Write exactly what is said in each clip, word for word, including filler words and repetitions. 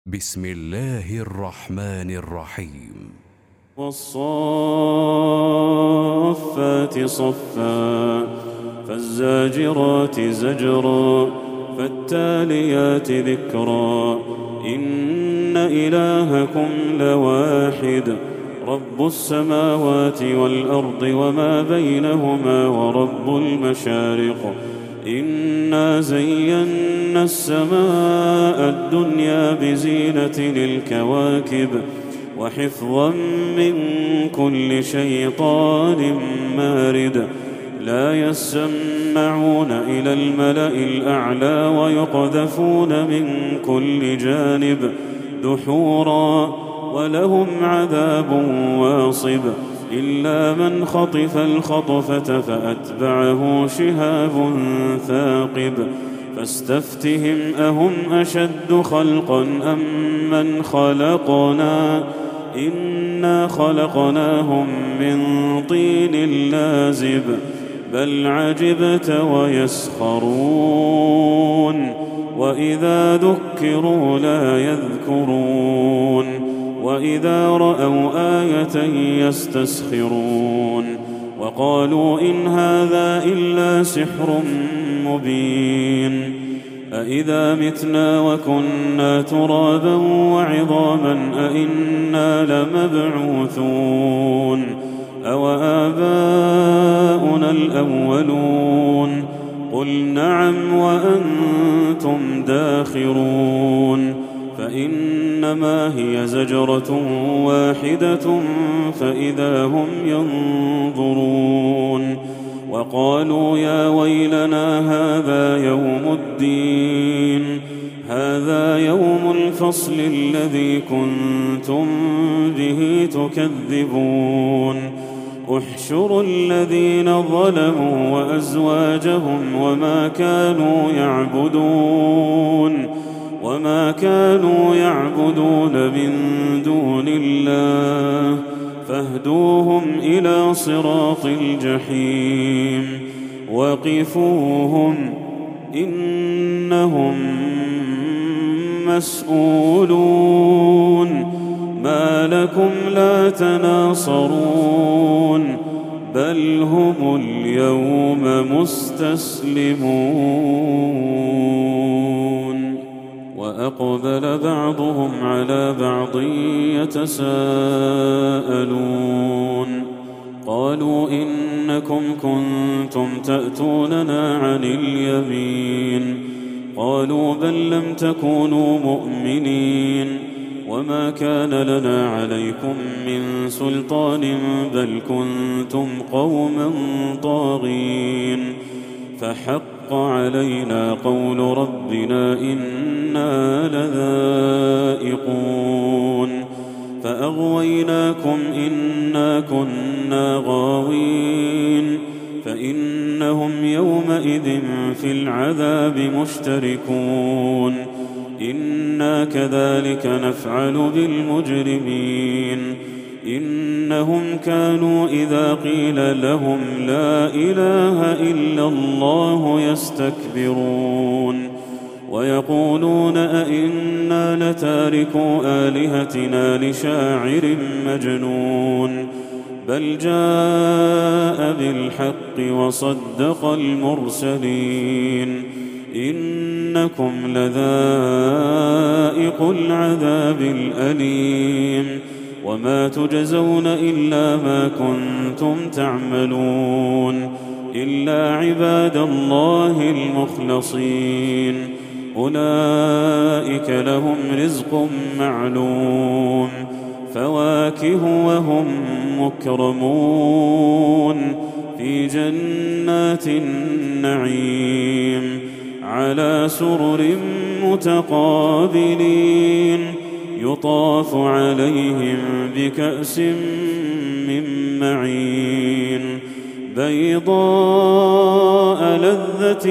بسم الله الرحمن الرحيم. والصافات صفا فالزاجرات زجرا فالتاليات ذكرا إن إلهكم لواحد رب السماوات والأرض وما بينهما ورب المشارق إنا زينا السماء الدنيا بزينة للكواكب وحفظا من كل شيطان مارد لا يسمعون إلى الملأ الأعلى ويقذفون من كل جانب دحورا ولهم عذاب واصب إلا من خطف الخطفة فأتبعه شهاب ثاقب فاستفتهم أهم أشد خلقا أم من خلقنا إنا خلقناهم من طين لازب بل عجبت ويسخرون وإذا ذكروا لا يذكرون وإذا رأوا آية يستسخرون وقالوا إن هذا إلا سحر مبين أإذا متنا وكنا ترابا وعظاما أإنا لمبعوثون أوآباؤنا الأولون قل نعم وأنتم داخرون فإنما هي زجرة واحدة فإذا هم ينظرون وقالوا يا ويلنا هذا يوم الدين هذا يوم الفصل الذي كنتم به تكذبون احشروا الذين ظلموا وأزواجهم وما كانوا يعبدون وما كانوا يعبدون من دون الله فاهدوهم إلى صراط الجحيم وقفوهم إنهم مسؤولون ما لكم لا تناصرون بل هم اليوم مستسلمون وأقبل بعضهم على بعض يتساءلون قالوا إنكم كنتم تأتوننا عن اليمين قالوا بل لم تكونوا مؤمنين وما كان لنا عليكم من سلطان بل كنتم قوما طاغين فحق علينا قول ربنا إنا لذائقون فأغويناكم إنا كنا غاوين فإنهم يومئذ في العذاب مشتركون إنا كذلك نفعل بالمجرمين إنهم كانوا إذا قيل لهم لا إله إلا الله يستكبرون ويقولون أئنا لتاركو آلهتنا لشاعر مجنون بل جاء بالحق وصدق المرسلين إنكم لذائق العذاب الأليم وما تجزون إلا ما كنتم تعملون إلا عباد الله المخلصين أولئك لهم رزق معلوم فواكه وهم مكرمون في جنات النعيم على سرر متقابلين يطاف عليهم بكأس من معين بيضاء لذة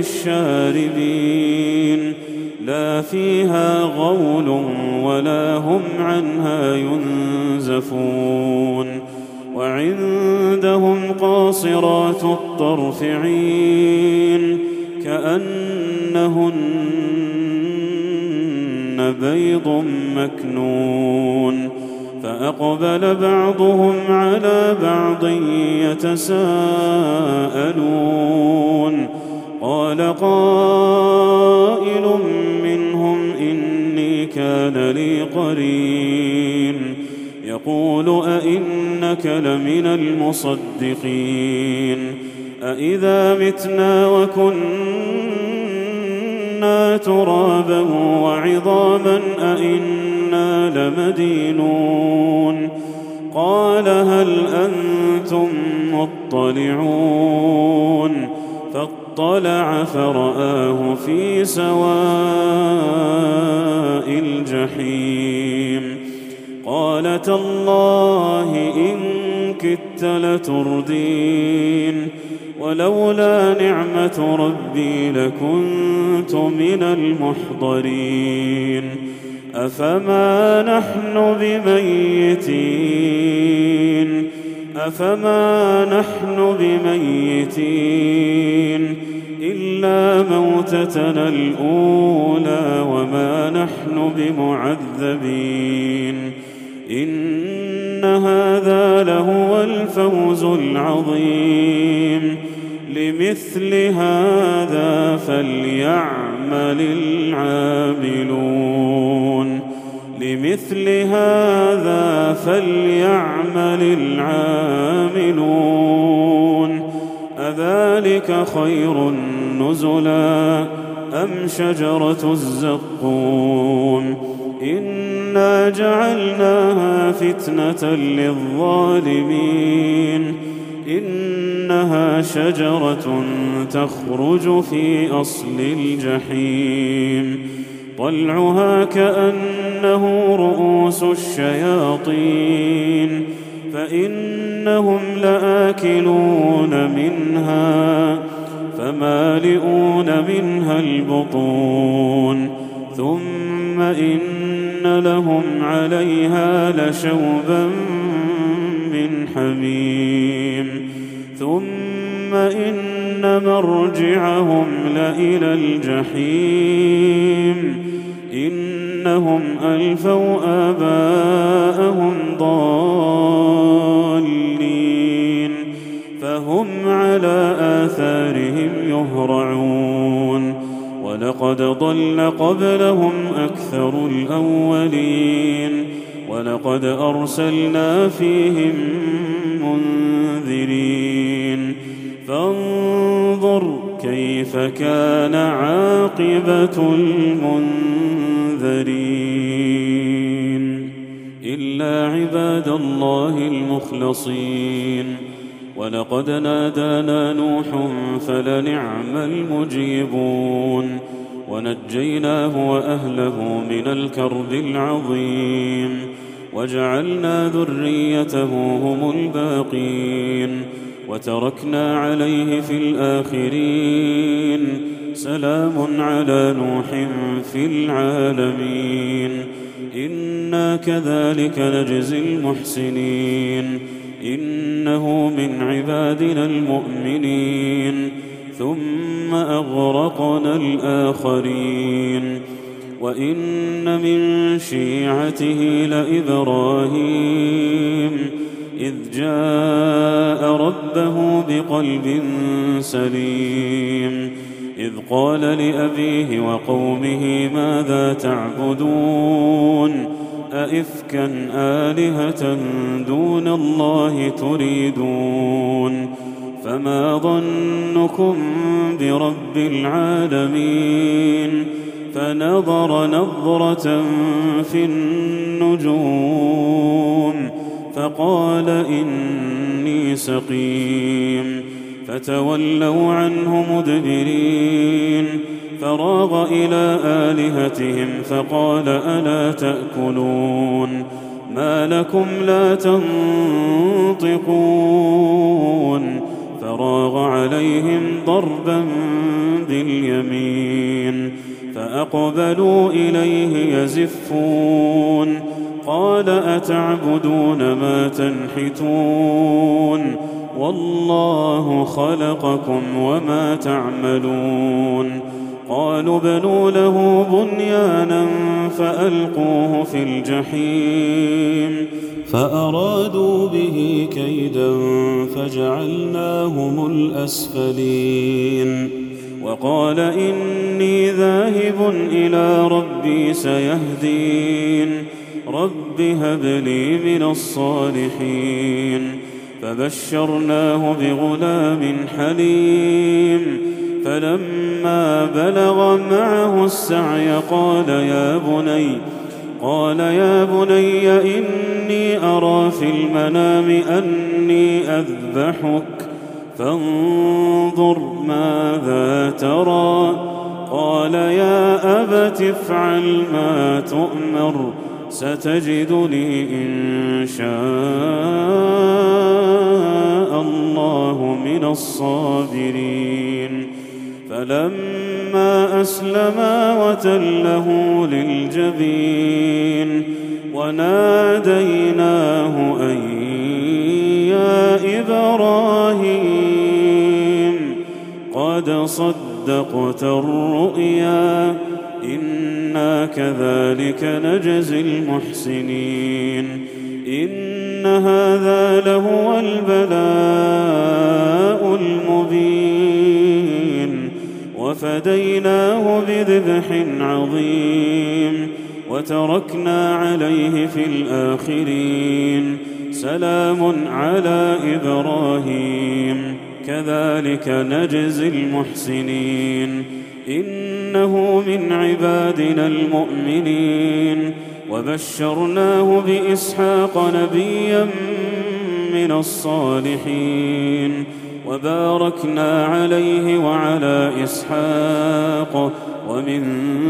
للشاربين لا فيها غول ولا هم عنها ينزفون وعندهم قاصرات الطرف عين كأنهن بيض مكنون فأقبل بعضهم على بعض يتساءلون قال قائل منهم إني كان لي قرين يقول أئنك لمن المصدقين أإذا متنا وكنا ترابا وعظاما أئنا لمدينون قال هل أنتم مطلعون فاطلع فرآه في سواء الجحيم قال تالله إن كدت لتردين ولولا نعمة ربي لكنت من المحضرين أفما نحن بميتين أفما نحن بميتين إلا موتتنا الأولى وما نحن بمعذبين إن هذا لهو الفوز العظيم لمثل هذا فليعمل العاملون لمثل هذا فليعمل العاملون أذلك خير نزلا أم شجرة الزقوم إنا جعلناها فتنة للظالمين إنها شجرة تخرج في أصل الجحيم طلعها كأنه رؤوس الشياطين فإنهم لآكلون منها فمالئون منها البطون ثم إن لهم عليها لشوبا من حميم ثم إن مرجعهم لإلى الجحيم إنهم ألفوا آباءهم ضالين فهم على آثارهم يهرعون ولقد ضل قبلهم أكثر الأولين ولقد أرسلنا فيهم منذرين فانظر كيف كان عاقبة المنذرين إلا عباد الله المخلصين ولقد نادانا نوح فلنعم المجيبون ونجيناه وأهله من الكرب العظيم وجعلنا ذريته هم الباقين وتركنا عليه في الآخرين سلام على نوح في العالمين إنا كذلك نجزي المحسنين إنه من عبادنا المؤمنين ثم أغرقنا الآخرين وإن من شيعته لإبراهيم إذ جاء ربه بقلب سليم إذ قال لأبيه وقومه ماذا تعبدون أئفكا آلهة دون الله تريدون فما ظنكم برب العالمين فنظر نظرة في النجوم فقال إني سقيم فتولوا عنه مدبرين فراغ إلى آلهتهم فقال ألا تأكلون ما لكم لا تنطقون فراغ عليهم ضربا باليمين فأقبلوا إليه يزفون قال أتعبدون ما تنحتون والله خلقكم وما تعملون قالوا ابنوا له بنيانا فألقوه في الجحيم فأرادوا به كيدا فجعلناهم الأسفلين وقال إني ذاهب إلى ربي سيهدين رب هب لي من الصالحين فبشرناه بغلام حليم فلما بلغ معه السعي قال يا بني قال يا بني إني أرى في المنام أني أذبحك فانظر ماذا ترى قال يا أبت افعل ما تؤمر ستجدني إن شاء الله من الصابرين فلما أسلما وتله للجبين وناديناه أن يا إبراهيم قد صدقت الرؤيا إنا كذلك نجزي المحسنين إن هذا لهو البلاء المبين وفديناه بذبح عظيم وتركنا عليه في الآخرين سلام على إبراهيم كذلك نجزي المحسنين إنه من عبادنا المؤمنين وبشرناه بإسحاق نبيا من الصالحين وباركنا عليه وعلى إسحاق ومن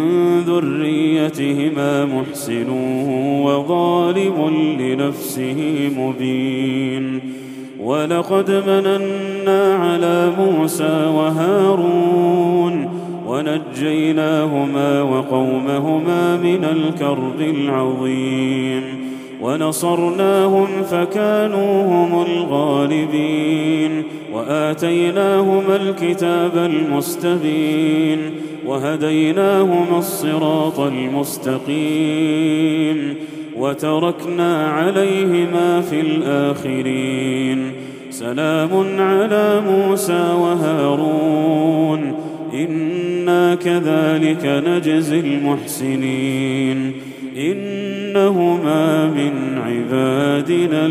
ذريتهما محسن وظالم لنفسه مبين ولقد مننا على موسى وهارون ونجيناهما وقومهما من الكرب العظيم ونصرناهم فكانوا هم الغالبين وآتيناهما الكتاب المستبين وهديناهما الصراط المستقيم وتركنا عليهما في الآخرين سلام على موسى وهارون إنا كذلك نجزي المحسنين إنهما من عبادنا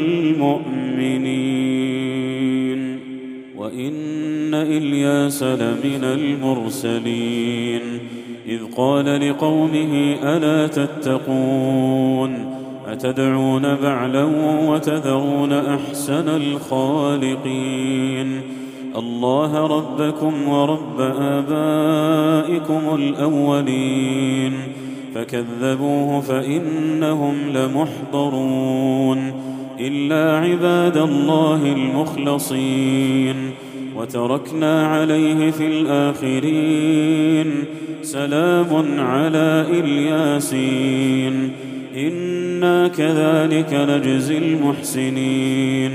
المؤمنين وإن إلياس لمن المرسلين إذ قال لقومه ألا تتقون أتدعون بعلا وتذرون أحسن الخالقين الله ربكم ورب آبائكم الأولين فكذبوه فإنهم لمحضرون إلا عباد الله المخلصين وتركنا عليه في الآخرين سلام على الياسين إنا كذلك نجزي المحسنين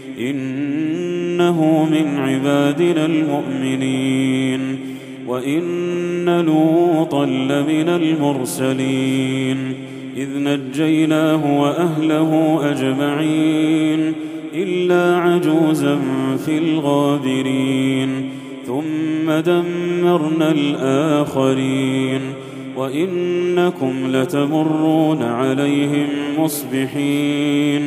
إنه من عبادنا المؤمنين وإن لوطا لمن المرسلين إذ نجيناه وأهله أجمعين إلا عجوزا في الغابرين ثم دمرنا الآخرين وإنكم لتمرون عليهم مصبحين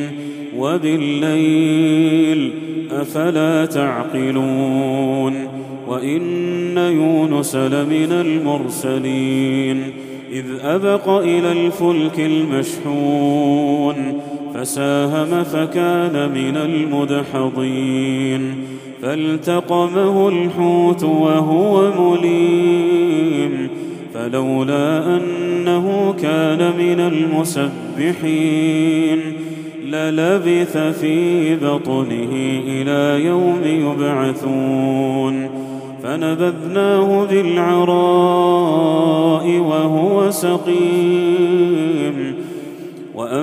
وبالليل أفلا تعقلون وإن يونس لمن المرسلين إذ أبق إلى الفلك المشحون فساهم فكان من المدحضين فالتقمه الحوت وهو مليم فلولا أنه كان من المسبحين للبث في بطنه إلى يوم يبعثون فنبذناه بالعراء وهو سقيم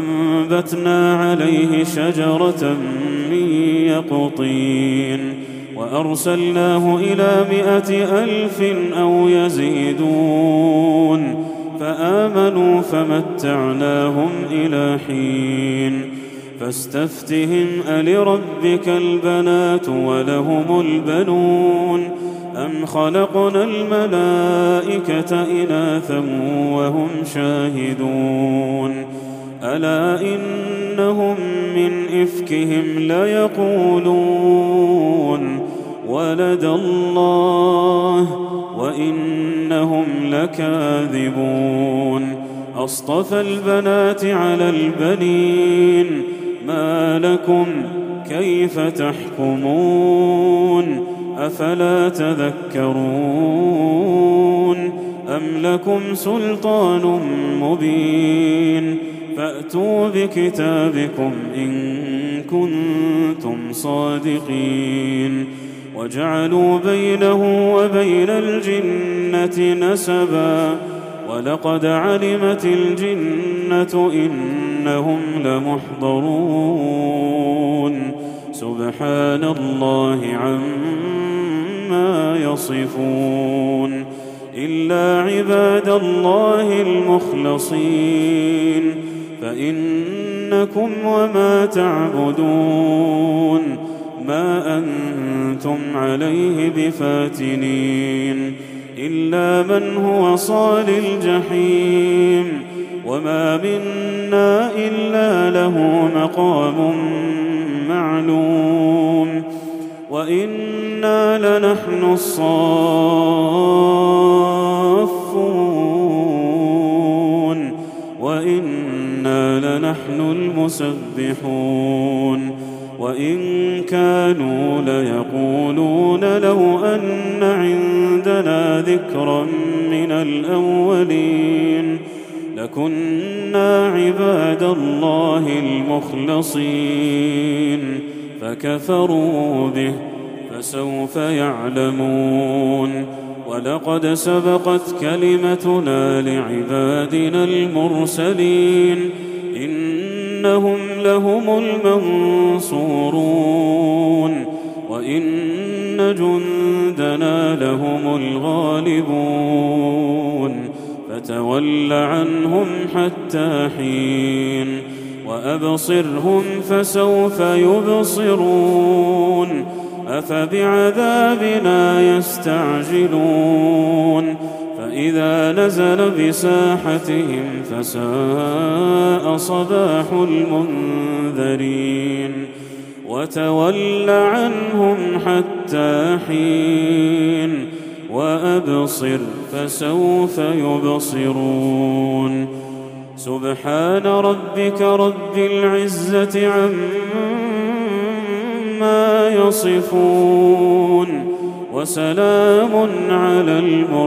وأنبتنا عليه شجرة من يقطين وأرسلناه إلى مائة ألف أو يزيدون فآمنوا فمتعناهم إلى حين فاستفتهم ألربك البنات ولهم البنون أم خلقنا الملائكة إناثا وهم شاهدون ألا إنهم من إفكهم ليقولون ولد الله وإنهم لكاذبون أصطفى البنات على البنين ما لكم كيف تحكمون أفلا تذكرون أم لكم سلطان مبين فأتوا بكتابكم إن كنتم صادقين وجعلوا بينه وبين الجنة نسبا ولقد علمت الجنة إنهم لمحضرون سبحان الله عما يصفون إلا عباد الله المخلصين فإنكم وما تعبدون ما أنتم عليه بفاتنين إلا من هو صال الجحيم وما منا إلا له مقام معلوم وإنا لنحن الصافون وإنا لنحن المسبحون وإن كانوا ليقولون لو أن عندنا ذكرا من الأولين لكنا عباد الله المخلصين فكفروا به فسوف يعلمون ولقد سبقت كلمتنا لعبادنا المرسلين إنهم لهم المنصورون وإن جندنا لهم الغالبون فتول عنهم حتى حين وأبصرهم فسوف يبصرون أفبعذابنا يستعجلون فإذا نزل بساحتهم فساء صباح المنذرين وتول عنهم حتى حين وأبصر فسوف يبصرون سبحان ربك رب العزة عما يصفون وسلام على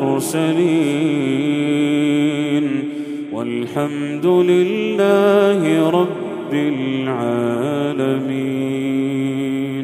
المرسلين والحمد لله رب العالمين.